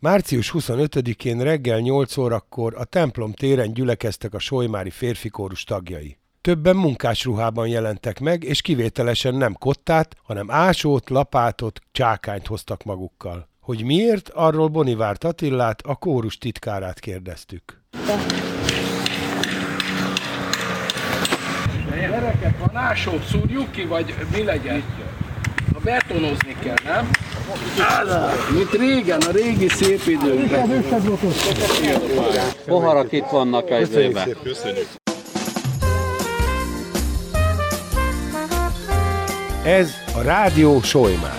Március 25-én reggel 8 órakor a templom téren gyülekeztek a solymári férfikórus tagjai. Többen munkásruhában jelentek meg, és kivételesen nem kottát, hanem ásót, lapátot, csákányt hoztak magukkal. Hogy miért, arról Bonivárt Attilát, a kórus titkárát kérdeztük. Gyerekek, van ásót, szúrjuk ki, vagy mi legyen? Betonozni kell, nem? Mint régen, a régi szép időkben. Poharak itt vannak a izében. Köszönjük. Ez a Rádió Solymár.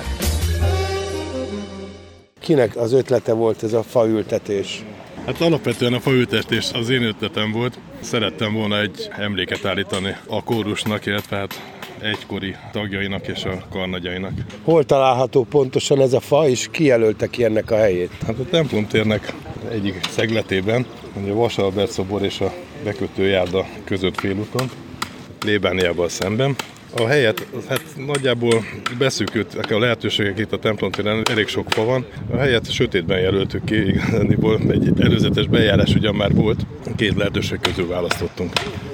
Kinek az ötlete volt ez a faültetés? Hát alapvetően a faültetés az én ötletem volt. Szerettem volna egy emléket állítani a kórusnak, illetve hát egykori tagjainak és a karnagyainak. Hol található pontosan ez a fa, és ki jelölte ki ennek a helyét? Hát a templomtérnek egyik szegletében, ugye a Vasalbert szobor és a bekötőjárda között félúton, plébániával szemben. A helyet, hát nagyjából beszűkültek a lehetőségek itt a templomtéren, elég sok fa van. A helyet sötétben jelöltük ki, igazából egy előzetes bejárás ugyan már volt, 2 lehetőség közül választottunk.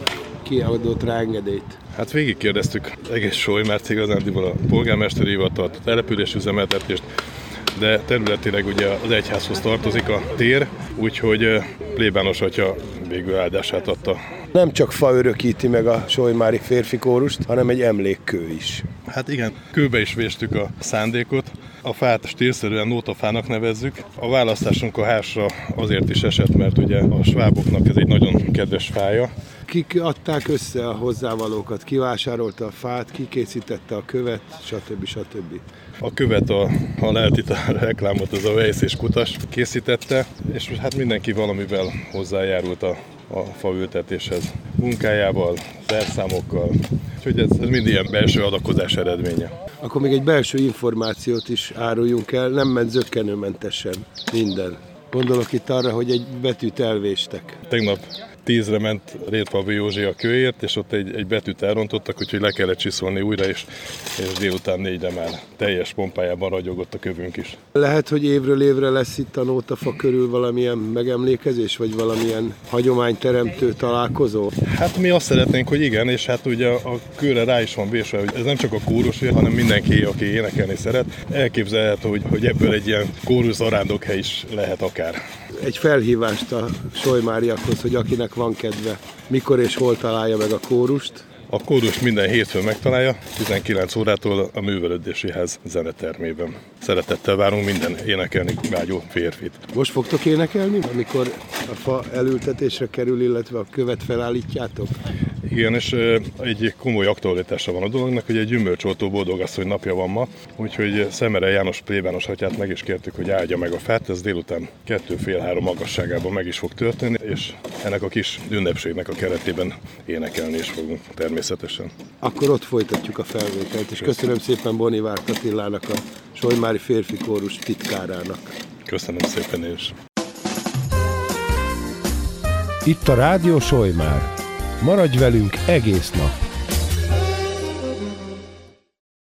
Ki adott rá engedélyt? Hát végigkérdeztük egész Solymárt, igazándiból a polgármesteri hivatalt, a településüzemeltetést, de területileg ugye az egyházhoz tartozik a tér, úgyhogy plébános atya végül áldását adta. Nem csak fa örökíti meg a solymári férfikórust, hanem egy emlékkő is. Hát igen, kőbe is véstük a szándékot. A fát stílszerűen nótafának nevezzük. A választásunk a házra azért is esett, mert ugye a sváboknak ez egy nagyon kedves fája. Kik adták össze a hozzávalókat? Ki vásárolta a fát, ki készítette a követ, stb. A követ, ha lehet itt a reklámot, az a Weiss és Kutas készítette, és hát mindenki valamivel hozzájárult a faültetéshez. Munkájával, szerszámokkal, úgyhogy ez mind ilyen belső adakozás eredménye. Akkor még egy belső információt is áruljunk el, nem ment zökkenőmentesen minden. Gondolok itt arra, hogy egy betűt elvéstek. Tegnap 10-re ment Rétfalvi Józsi a kőért, és ott egy betűt elrontottak, úgyhogy le kellett csiszolni újra, és délután 4-re már teljes pompájában ragyogott a kövünk is. Lehet, hogy évről évre lesz itt a nótafa körül valamilyen megemlékezés, vagy valamilyen hagyományteremtő találkozó? Hát mi azt szeretnénk, hogy igen, és hát ugye a kőre rá is van vésve, hogy ez nem csak a kórusé, hanem mindenki, aki énekelni szeret. Elképzelhető, hogy ebből egy ilyen kórus zarándokhely is lehet akár. Egy felhívást a solymáriakhoz, hogy akinek van kedve, mikor és hol találja meg a kórust. A kórus minden hétfőn megtalálja, 19 órától a Művelődési Ház zenetermében. Szeretettel várunk minden énekelni vágyó férfit. Most fogtok énekelni, amikor a fa elültetésre kerül, illetve a követ felállítjátok? Igen, és egy komoly aktualitása van a dolognak, hogy egy gyümölcsoltó boldogasszony napja van ma, úgyhogy Szemere János plébános atyát meg is kértük, hogy áldja meg a fát, ez délután 2-3 magasságában meg is fog történni, és ennek a kis ünnepségnek a keretében énekelni is fogunk természetesen. Akkor ott folytatjuk a felvételt, és köszönöm szépen Bonivárt Attilának, a solymári férfikórus titkárának. Köszönöm szépen én is. Itt a Rádió Solymár. Maradj velünk egész nap!